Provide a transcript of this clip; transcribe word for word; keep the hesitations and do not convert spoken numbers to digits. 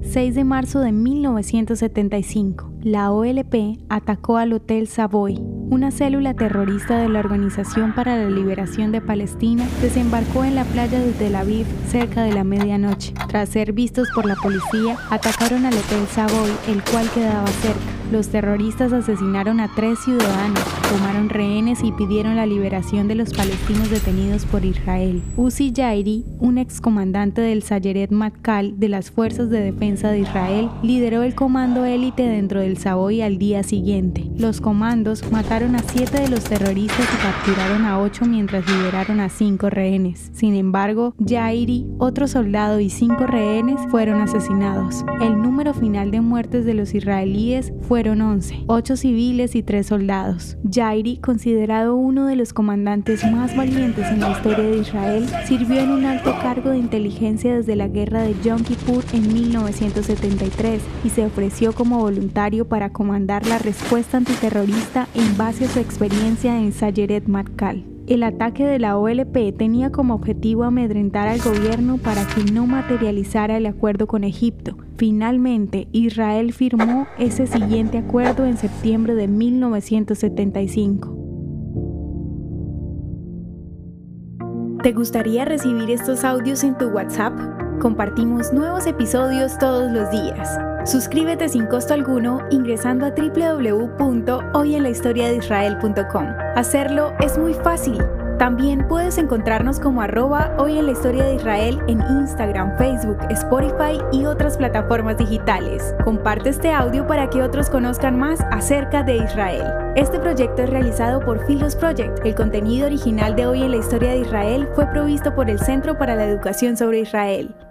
seis de marzo de mil novecientos setenta y cinco. La O L P atacó al Hotel Savoy. Una célula terrorista de la Organización para la Liberación de Palestina desembarcó en la playa de Tel Aviv cerca de la medianoche. Tras ser vistos por la policía, atacaron al Hotel Savoy, el cual quedaba cerca. Los terroristas asesinaron a tres ciudadanos, tomaron rehenes y pidieron la liberación de los palestinos detenidos por Israel. Uzi Yairi, un excomandante del Sayeret Matkal de las Fuerzas de Defensa de Israel, lideró el comando élite dentro del Savoy al día siguiente. Los comandos mataron a siete de los terroristas y capturaron a ocho mientras liberaron a cinco rehenes. Sin embargo, Yairi, otro soldado y cinco rehenes fueron asesinados. El número final de muertes de los israelíes fue Fueron once, ocho civiles y tres soldados. Yairi, considerado uno de los comandantes más valientes en la historia de Israel, sirvió en un alto cargo de inteligencia desde la guerra de Yom Kippur en mil novecientos setenta y tres y se ofreció como voluntario para comandar la respuesta antiterrorista en base a su experiencia en Sayeret Matkal. El ataque de la O L P tenía como objetivo amedrentar al gobierno para que no materializara el acuerdo con Egipto. Finalmente, Israel firmó ese siguiente acuerdo en septiembre de mil novecientos setenta y cinco. ¿Te gustaría recibir estos audios en tu WhatsApp? Compartimos nuevos episodios todos los días. Suscríbete sin costo alguno ingresando a doble u doble u doble u punto hoy en la historia de israel punto com. Hacerlo es muy fácil. También puedes encontrarnos como arroba hoy en la historia de Israel en Instagram, Facebook, Spotify y otras plataformas digitales. Comparte este audio para que otros conozcan más acerca de Israel. Este proyecto es realizado por Philos Project. El contenido original de Hoy en la historia de Israel fue provisto por el Centro para la Educación sobre Israel.